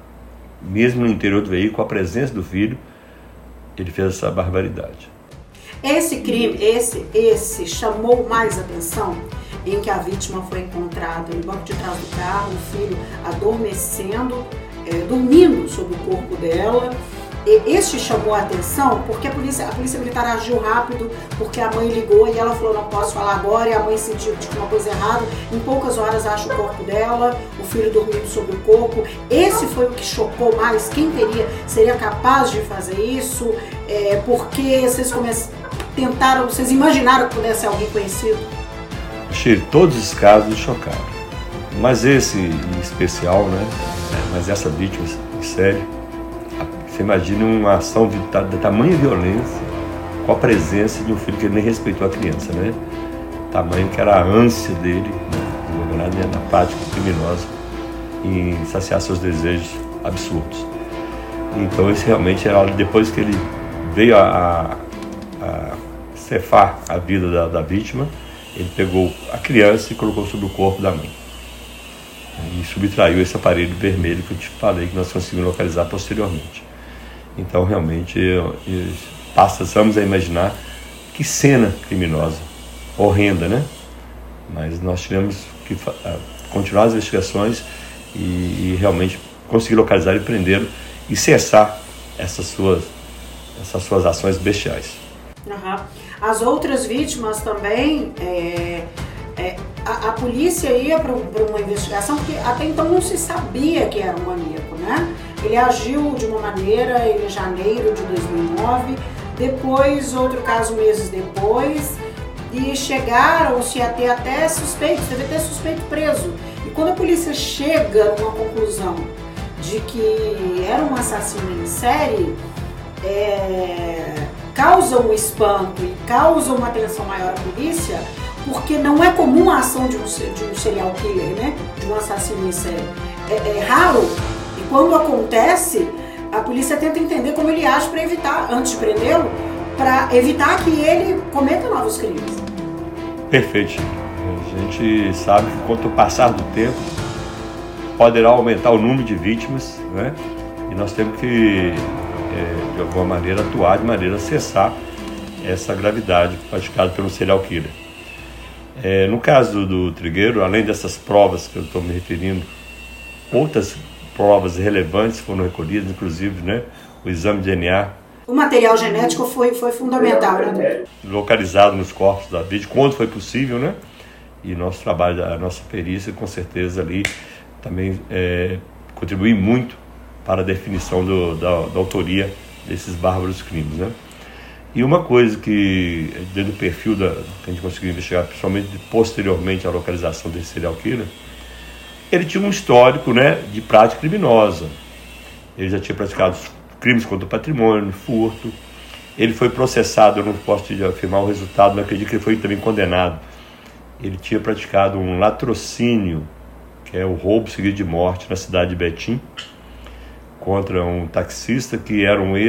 E: Mesmo no interior do veículo, com a presença do filho, ele fez essa barbaridade.
D: Esse crime, esse, esse chamou mais atenção em que a vítima foi encontrada no banco de trás do carro, o filho adormecendo, é, dormindo sobre o corpo dela. E este chamou a atenção porque a polícia, a polícia militar agiu rápido, porque a mãe ligou e ela falou, não posso falar agora, e a mãe sentiu que tinha uma coisa errada. Em poucas horas acha o corpo dela, o filho dormindo sobre o corpo. Esse foi o que chocou mais. Quem teria, seria capaz de fazer isso? É, porque vocês começaram, tentaram, vocês imaginaram que pudesse ser alguém conhecido?
E: Achei todos os casos chocaram, mas esse em especial, né? Mas essa vítima em série, você imagina uma ação de, de tamanha violência com a presença de um filho que ele nem respeitou a criança, né? Tamanho que era a ânsia dele, né, na prática criminosa, em saciar seus desejos absurdos. Então esse realmente era depois que ele veio a, a, a cefar a vida da, da vítima, ele pegou a criança e colocou sobre o corpo da mãe. E subtraiu esse aparelho vermelho que eu te falei, que nós conseguimos localizar posteriormente. Então, realmente, eu, eu, passamos a imaginar que cena criminosa, horrenda, né? Mas nós tivemos que uh, continuar as investigações e, e realmente conseguir localizar e prendê-lo e cessar essas suas, essas suas ações bestiais.
D: Uhum. As outras vítimas também, é, é, a, a polícia ia para uma investigação, porque até então não se sabia que era um maníaco, né? Ele agiu de uma maneira em janeiro de dois mil e nove, depois, outro caso meses depois, e chegaram-se a ter até suspeitos, teve até suspeito preso. E quando a polícia chega numa conclusão de que era um assassino em série, é, causa um espanto e causa uma atenção maior à polícia, porque não é comum a ação de um, de um serial killer, né? De um assassino em série. É, é raro. E quando acontece, a polícia tenta entender como ele age para evitar, antes de prendê-lo, para evitar que ele cometa novos crimes.
E: Perfeito. A gente sabe que quanto ao passar do tempo, poderá aumentar o número de vítimas, né? E nós temos que, é, de alguma maneira, atuar de maneira a cessar essa gravidade praticada pelo serial killer. É, no caso do, do Trigueiro, além dessas provas que eu estou me referindo, outras provas relevantes foram recolhidas, inclusive, né, o exame de D N A.
D: O material genético foi, foi fundamental, né?
E: Localizado nos corpos da vítima, quando foi possível, né? E nosso trabalho, a nossa perícia, com certeza, ali também é, contribui muito para a definição do, da, da autoria desses bárbaros crimes, né? E uma coisa que, dentro do perfil da, que a gente conseguiu investigar, principalmente posteriormente à localização desse serial killer, ele tinha um histórico, né, de prática criminosa. Ele já tinha praticado crimes contra o patrimônio, furto. Ele foi processado, eu não posso te afirmar o resultado, mas acredito que ele foi também condenado. Ele tinha praticado um latrocínio, que é o roubo seguido de morte, na cidade de Betim, contra um taxista que era um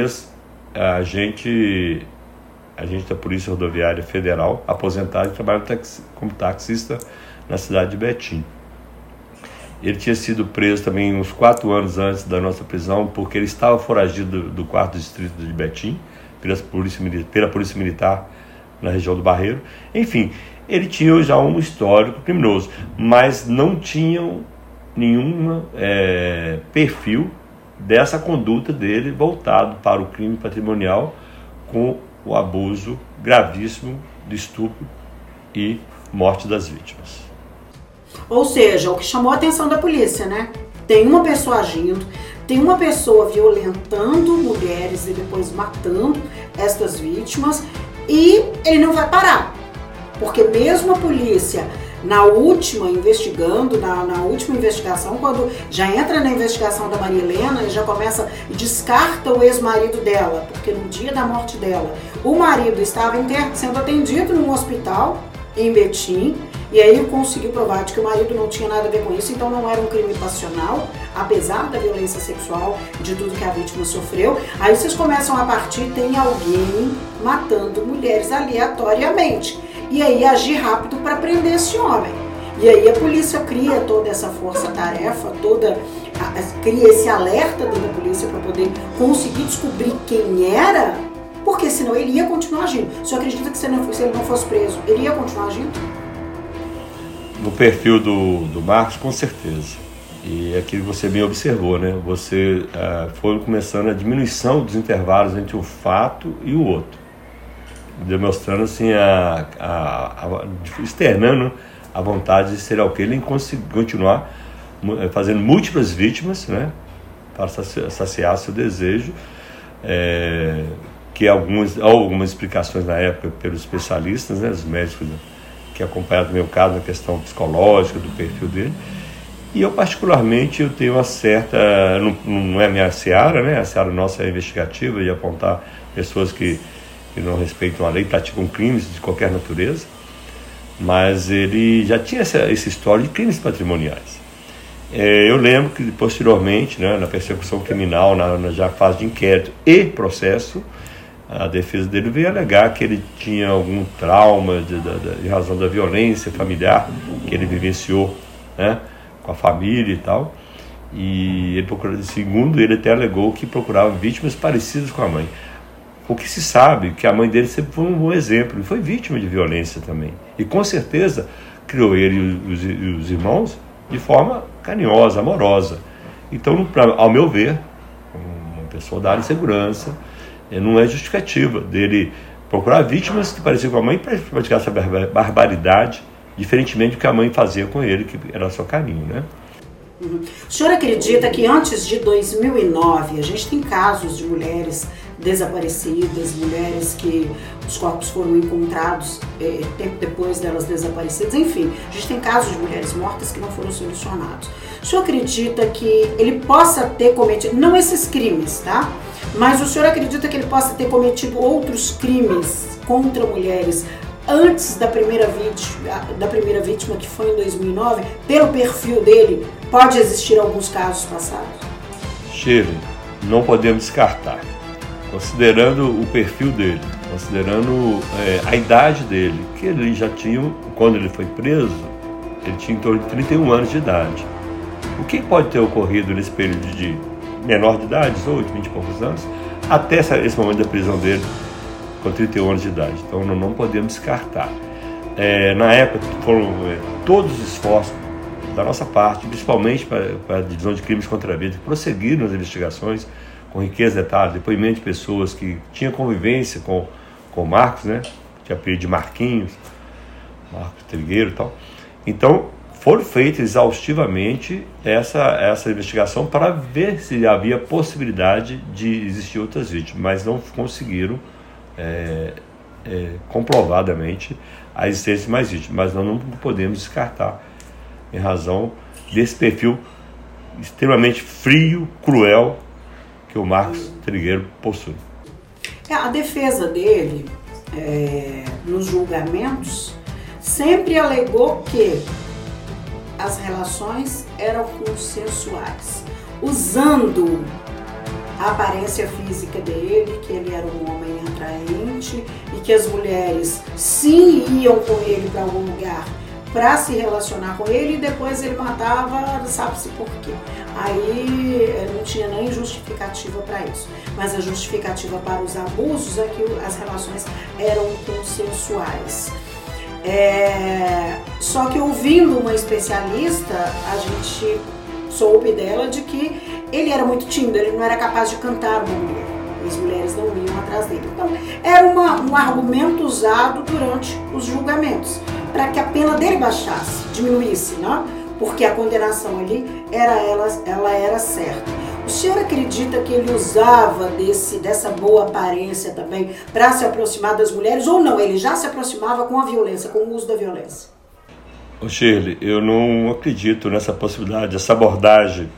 E: ex-agente agente da Polícia Rodoviária Federal, aposentado, e trabalha como taxista na cidade de Betim. Ele tinha sido preso também uns quatro anos antes da nossa prisão, porque ele estava foragido do, do quarto distrito de Betim, pela polícia, pela polícia Militar na região do Barreiro. Enfim, ele tinha já um histórico criminoso, mas não tinha nenhum é, perfil dessa conduta dele voltado para o crime patrimonial, com o abuso gravíssimo de estupro e morte das vítimas.
D: Ou seja, o que chamou a atenção da polícia, né? Tem uma pessoa agindo, tem uma pessoa violentando mulheres e depois matando estas vítimas, e ele não vai parar. Porque mesmo a polícia, na última investigando, na, na última investigação, quando já entra na investigação da Maria Helena, ele já começa e descarta o ex-marido dela, porque no dia da morte dela, o marido estava inter... sendo atendido num hospital em Betim, e aí ele conseguiu provar de que o marido não tinha nada a ver com isso, então não era um crime passional, apesar da violência sexual e de tudo que a vítima sofreu. Aí vocês começam a partir, tem alguém matando mulheres aleatoriamente, e aí agir rápido para prender esse homem. E aí a polícia cria toda essa força-tarefa, toda a, cria esse alerta dentro da polícia para poder conseguir descobrir quem era, porque senão ele ia continuar agindo. O senhor acredita que se ele não, se ele não fosse preso, ele ia continuar agindo?
E: No perfil do, do Marcos, com certeza. E é aquilo que você bem observou, né? Você uh, foi começando a diminuição dos intervalos entre um fato e o outro, demonstrando assim, a, a, a, externando a vontade de serial killer em continuar fazendo múltiplas vítimas, né? Para saciar seu desejo, é, que algumas, algumas explicações na época pelos especialistas, né? Os médicos que acompanharam o meu caso na questão psicológica do perfil dele. E eu, particularmente, eu tenho uma certa... Não, não é a minha seara, né? A seara nossa é investigativa, de apontar pessoas que, que não respeitam a lei, praticam crimes de qualquer natureza. Mas ele já tinha essa, essa história de crimes patrimoniais. É, eu lembro que, posteriormente, né, na persecução criminal, na, na já fase de inquérito e processo, a defesa dele veio alegar que ele tinha algum trauma de, de, de razão da violência familiar que ele vivenciou, né, com a família e tal, e ele procurou, segundo ele, até alegou que procurava vítimas parecidas com a mãe. O que se sabe que a mãe dele sempre foi um bom exemplo, e foi vítima de violência também, e com certeza criou ele e os, os irmãos de forma carinhosa, amorosa. Então, pra, ao meu ver, uma pessoa da área de segurança, não é justificativa dele procurar vítimas que pareciam com a mãe para praticar essa barbaridade, diferentemente do que a mãe fazia com ele, que era só carinho, né?
D: Uhum. O senhor acredita que antes de dois mil e nove, a gente tem casos de mulheres desaparecidas, mulheres que os corpos foram encontrados é, tempo depois delas desaparecidas, enfim, a gente tem casos de mulheres mortas que não foram solucionados. O senhor acredita que ele possa ter cometido, não esses crimes, tá? Mas o senhor acredita que ele possa ter cometido outros crimes contra mulheres antes da primeira vítima, da primeira vítima que foi em dois mil e nove? Pelo perfil dele, pode existir alguns casos passados?
E: Shirley, não podemos descartar. Considerando o perfil dele, considerando é, a idade dele, que ele já tinha, quando ele foi preso, ele tinha em torno de trinta e um anos de idade. O que pode ter ocorrido nesse período de menor de idade, dezoito, vinte e poucos anos, até essa, esse momento da prisão dele, com trinta e um anos de idade? Então não, não podemos descartar. É, na época foram é, todos os esforços da nossa parte, principalmente para, para a divisão de crimes contra a vida, que prosseguiram as investigações com riqueza de detalhes, depoimento de pessoas que tinham convivência com, com o Marcos, né? Tinha apelido de Marquinhos, Marcos Trigueiro e tal. Então, foram feitas exaustivamente essa, essa investigação para ver se havia possibilidade de existir outras vítimas, mas não conseguiram é, é, comprovadamente a existência de mais vítimas. Mas nós não podemos descartar em razão desse perfil extremamente frio, cruel, que o Marcos Trigueiro possui.
D: A defesa dele, é, nos julgamentos, sempre alegou que as relações eram consensuais, usando a aparência física dele, que ele era um homem atraente e que as mulheres sim iam com ele para algum lugar para se relacionar com ele, e depois ele matava, sabe-se por quê. Aí não tinha nem justificativa para isso. Mas a justificativa para os abusos é que as relações eram consensuais. É... Só que ouvindo uma especialista, a gente soube dela de que ele era muito tímido, ele não era capaz de cantar uma mulher. As mulheres não iam atrás dele. Então, era uma, um argumento usado durante os julgamentos, para que a pena dele baixasse, diminuísse, né? Porque a condenação ali, era ela, ela era certa. O senhor acredita que ele usava desse, dessa boa aparência também para se aproximar das mulheres, ou não? Ele já se aproximava com a violência, com o uso da violência?
E: Ô Shirley, eu não acredito nessa possibilidade, essa abordagem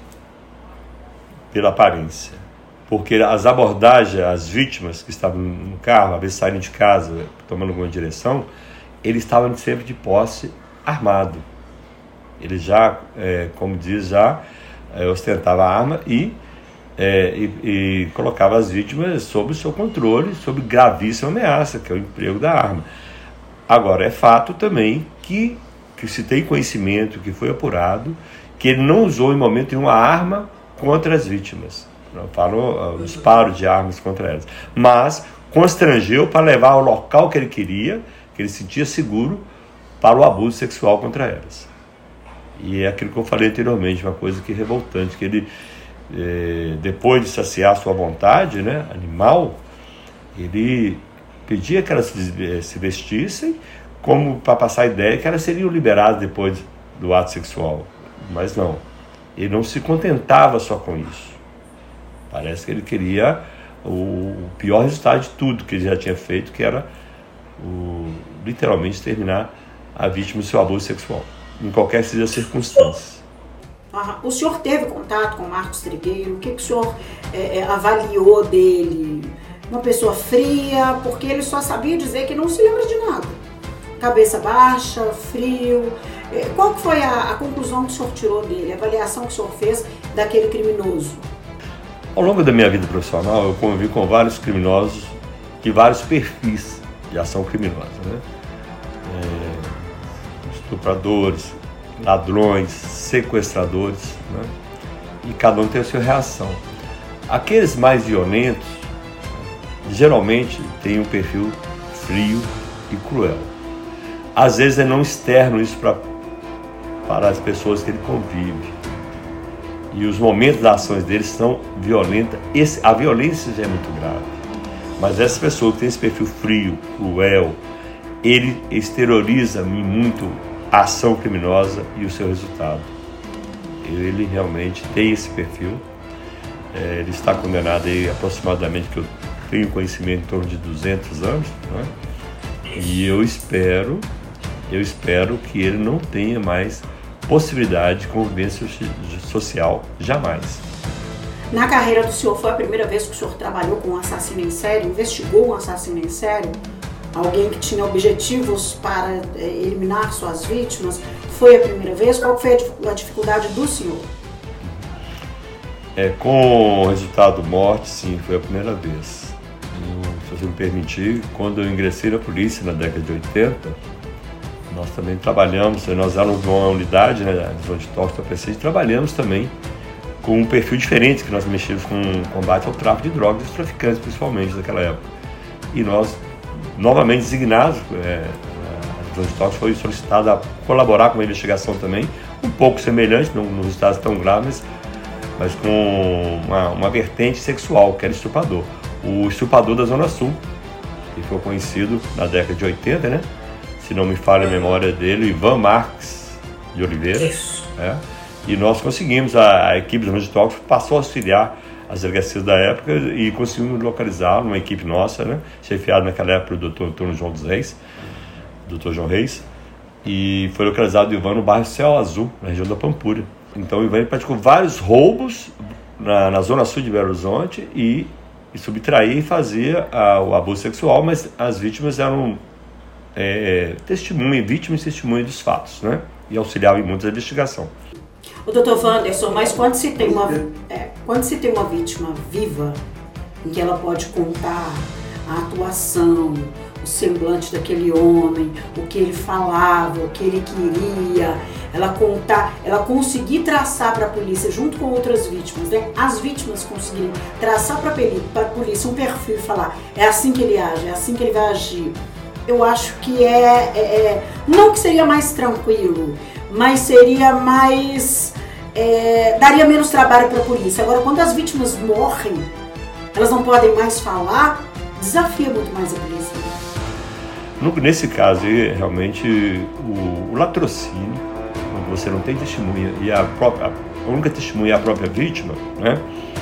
E: pela aparência. Porque as abordagens às vítimas que estavam no carro, às vezes saindo de casa, tomando alguma direção, ele estava sempre de posse armado. Ele já, é, como diz, já é, ostentava a arma e, é, e, e colocava as vítimas sob o seu controle, sob gravíssima ameaça, que é o emprego da arma. Agora, é fato também que, que se tem conhecimento, que foi apurado, que ele não usou em momento nenhum a arma contra as vítimas. Não falo o disparo de armas contra elas. Mas constrangeu para levar ao local que ele queria, que ele sentia seguro, para o abuso sexual contra elas. E é aquilo que eu falei anteriormente, uma coisa que é revoltante, que ele, eh, depois de saciar sua vontade, né, animal, ele pedia que elas se, se vestissem, como para passar a ideia que elas seriam liberadas depois do ato sexual. Mas não, ele não se contentava só com isso. Parece que ele queria o pior resultado de tudo que ele já tinha feito, que era o, literalmente terminar a vítima do seu abuso sexual, em qualquer seja a circunstância.
D: Ah, o senhor teve contato com o Marcos Trigueiro? O que, que o senhor é, é, avaliou dele? Uma pessoa fria, porque ele só sabia dizer que não se lembra de nada. Cabeça baixa, frio. Qual que foi a, a conclusão que o senhor tirou dele, a avaliação que o senhor fez daquele criminoso?
E: Ao longo da minha vida profissional, eu convivi com vários criminosos de vários perfis de ação criminosa, né? É, estupradores, ladrões, sequestradores, né? E cada um tem a sua reação. Aqueles mais violentos, geralmente, têm um perfil frio e cruel. Às vezes é não externo isso pra, para as pessoas que ele convive. E os momentos das ações deles são violentas. Esse, a violência já é muito grave. Mas essa pessoa que tem esse perfil frio, cruel, ele exterioriza muito a ação criminosa e o seu resultado. Ele realmente tem esse perfil. É, ele está condenado aí aproximadamente, que eu tenho conhecimento, em torno de duzentos anos, né? E eu espero, eu espero que ele não tenha mais possibilidade de convivência social, jamais.
D: Na carreira do senhor, foi a primeira vez que o senhor trabalhou com um assassino em série, investigou um assassino em série? Alguém que tinha objetivos para é, eliminar suas vítimas? Foi a primeira vez? Qual foi a dificuldade do senhor?
E: É, com o resultado morte, sim, foi a primeira vez. Se você me permitir, quando eu ingressei na polícia na década de oitenta, nós também trabalhamos, nós éramos uma unidade, né, a divisão de tóxico e trabalhamos também com um perfil diferente, que nós mexíamos com o combate ao tráfico de drogas e os traficantes, principalmente, naquela época. E nós, novamente designados, é, a divisão de tóxico foi solicitada a colaborar com a investigação também, um pouco semelhante, não nos resultados tão graves, mas com uma, uma vertente sexual, que era estuprador. O estuprador da Zona Sul, que foi conhecido na década de oitenta, né? Se não me falha a memória dele, Ivan Marques de Oliveira. Isso. É. E nós conseguimos, a, a equipe do Tóxico passou a auxiliar as delegacias da época e conseguimos localizá-lo, uma equipe nossa, né? Chefiada naquela época do doutor Antônio João dos Reis, doutor João Reis, e foi localizado o Ivan no bairro Céu Azul, na região da Pampulha. Então o Ivan praticou vários roubos na, na Zona Sul de Belo Horizonte e e subtraía e fazia a, o abuso sexual, mas as vítimas eram é, testemunhas, vítimas e testemunhas dos fatos, né? E auxiliavam em muita investigação.
D: O doutor Wanderson, mas quando se tem uma, é, quando se tem uma vítima viva, em que ela pode contar a atuação, o semblante daquele homem, o que ele falava, o que ele queria, ela contar, ela conseguir traçar para a polícia, junto com outras vítimas, né? As vítimas conseguirem traçar para a polícia um perfil e falar, é assim que ele age, é assim que ele vai agir. Eu acho que é, é, é não que seria mais tranquilo, mas seria mais, é, daria menos trabalho para a polícia. Agora, quando as vítimas morrem, elas não podem mais falar, desafia muito mais a polícia.
E: Nesse caso, realmente, o, o latrocínio, quando você não tem testemunha e a, própria, a única testemunha é a própria vítima, né?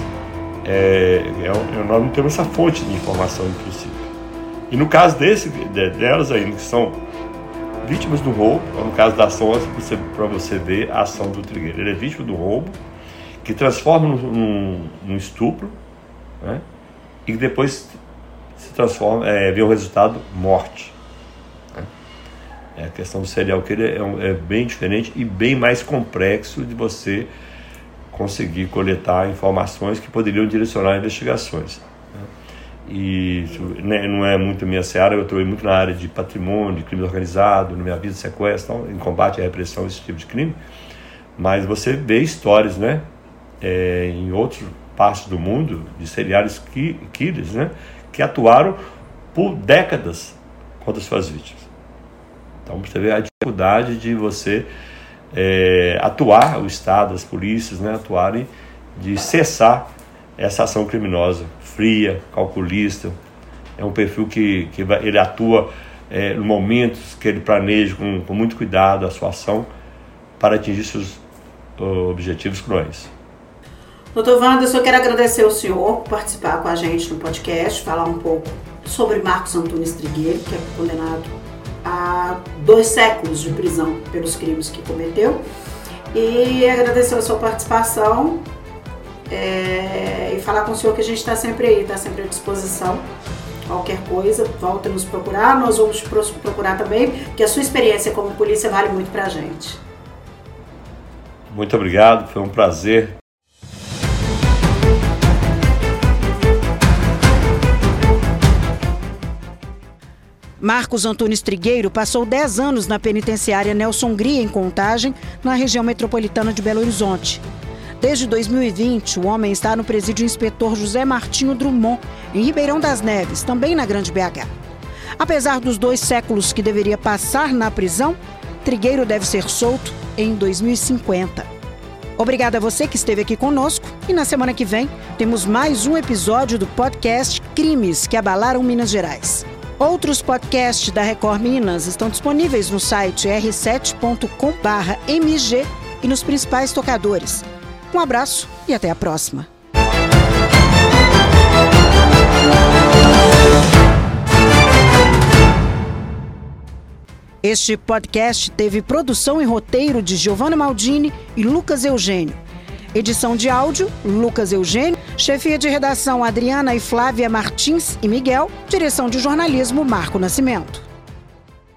E: É, é, nós não temos essa fonte de informação, em princípio. E no caso desse, de, delas ainda, que são vítimas do roubo, ou no caso da ação, para você ver a ação do Trigueiro. Ele é vítima do roubo, que transforma num, num, num estupro, né? E que depois se transforma, é, vê o resultado morte. A questão do serial killer é, um, é bem diferente e bem mais complexo de você conseguir coletar informações que poderiam direcionar investigações. Né? E isso, né, não é muito a minha seara, eu estou muito na área de patrimônio, de crime organizado, na minha vida de sequestro, então, em combate à repressão, esse tipo de crime. Mas você vê histórias, né, é, em outras partes do mundo de serial killers, né, que atuaram por décadas contra suas vítimas. Então você vê a dificuldade de você é, atuar, o Estado, as polícias, né, atuarem, de cessar essa ação criminosa, fria, calculista. É um perfil que, que vai, ele atua é, em momentos que ele planeja com, com muito cuidado a sua ação para atingir seus uh, objetivos cruéis.
D: Doutor Wanderson, eu quero agradecer ao senhor por participar com a gente no podcast, falar um pouco sobre Marcos Antunes Trigueiro, que é condenado a dois séculos de prisão pelos crimes que cometeu, e agradecer a sua participação é, e falar com o senhor que a gente está sempre aí, está sempre à disposição. Qualquer coisa, volta a nos procurar, nós vamos procurar também, porque a sua experiência como polícia vale muito para a gente.
E: Muito obrigado, foi um prazer.
A: Marcos Antunes Trigueiro passou dez anos na penitenciária Nelson Gria, em Contagem, na região metropolitana de Belo Horizonte. Desde dois mil e vinte, o homem está no presídio Inspetor José Martinho Drummond, em Ribeirão das Neves, também na Grande B H. Apesar dos dois séculos que deveria passar na prisão, Trigueiro deve ser solto em dois mil e cinquenta. Obrigada a você que esteve aqui conosco e na semana que vem temos mais um episódio do podcast Crimes que Abalaram Minas Gerais. Outros podcasts da Record Minas estão disponíveis no site r sete ponto com barra m g e nos principais tocadores. Um abraço e até a próxima. Este podcast teve produção e roteiro de Giovanna Maldini e Lucas Eugênio. Edição de áudio, Lucas Eugênio. Chefia de redação, Adriana e Flávia Martins e Miguel. Direção de jornalismo, Marco Nascimento.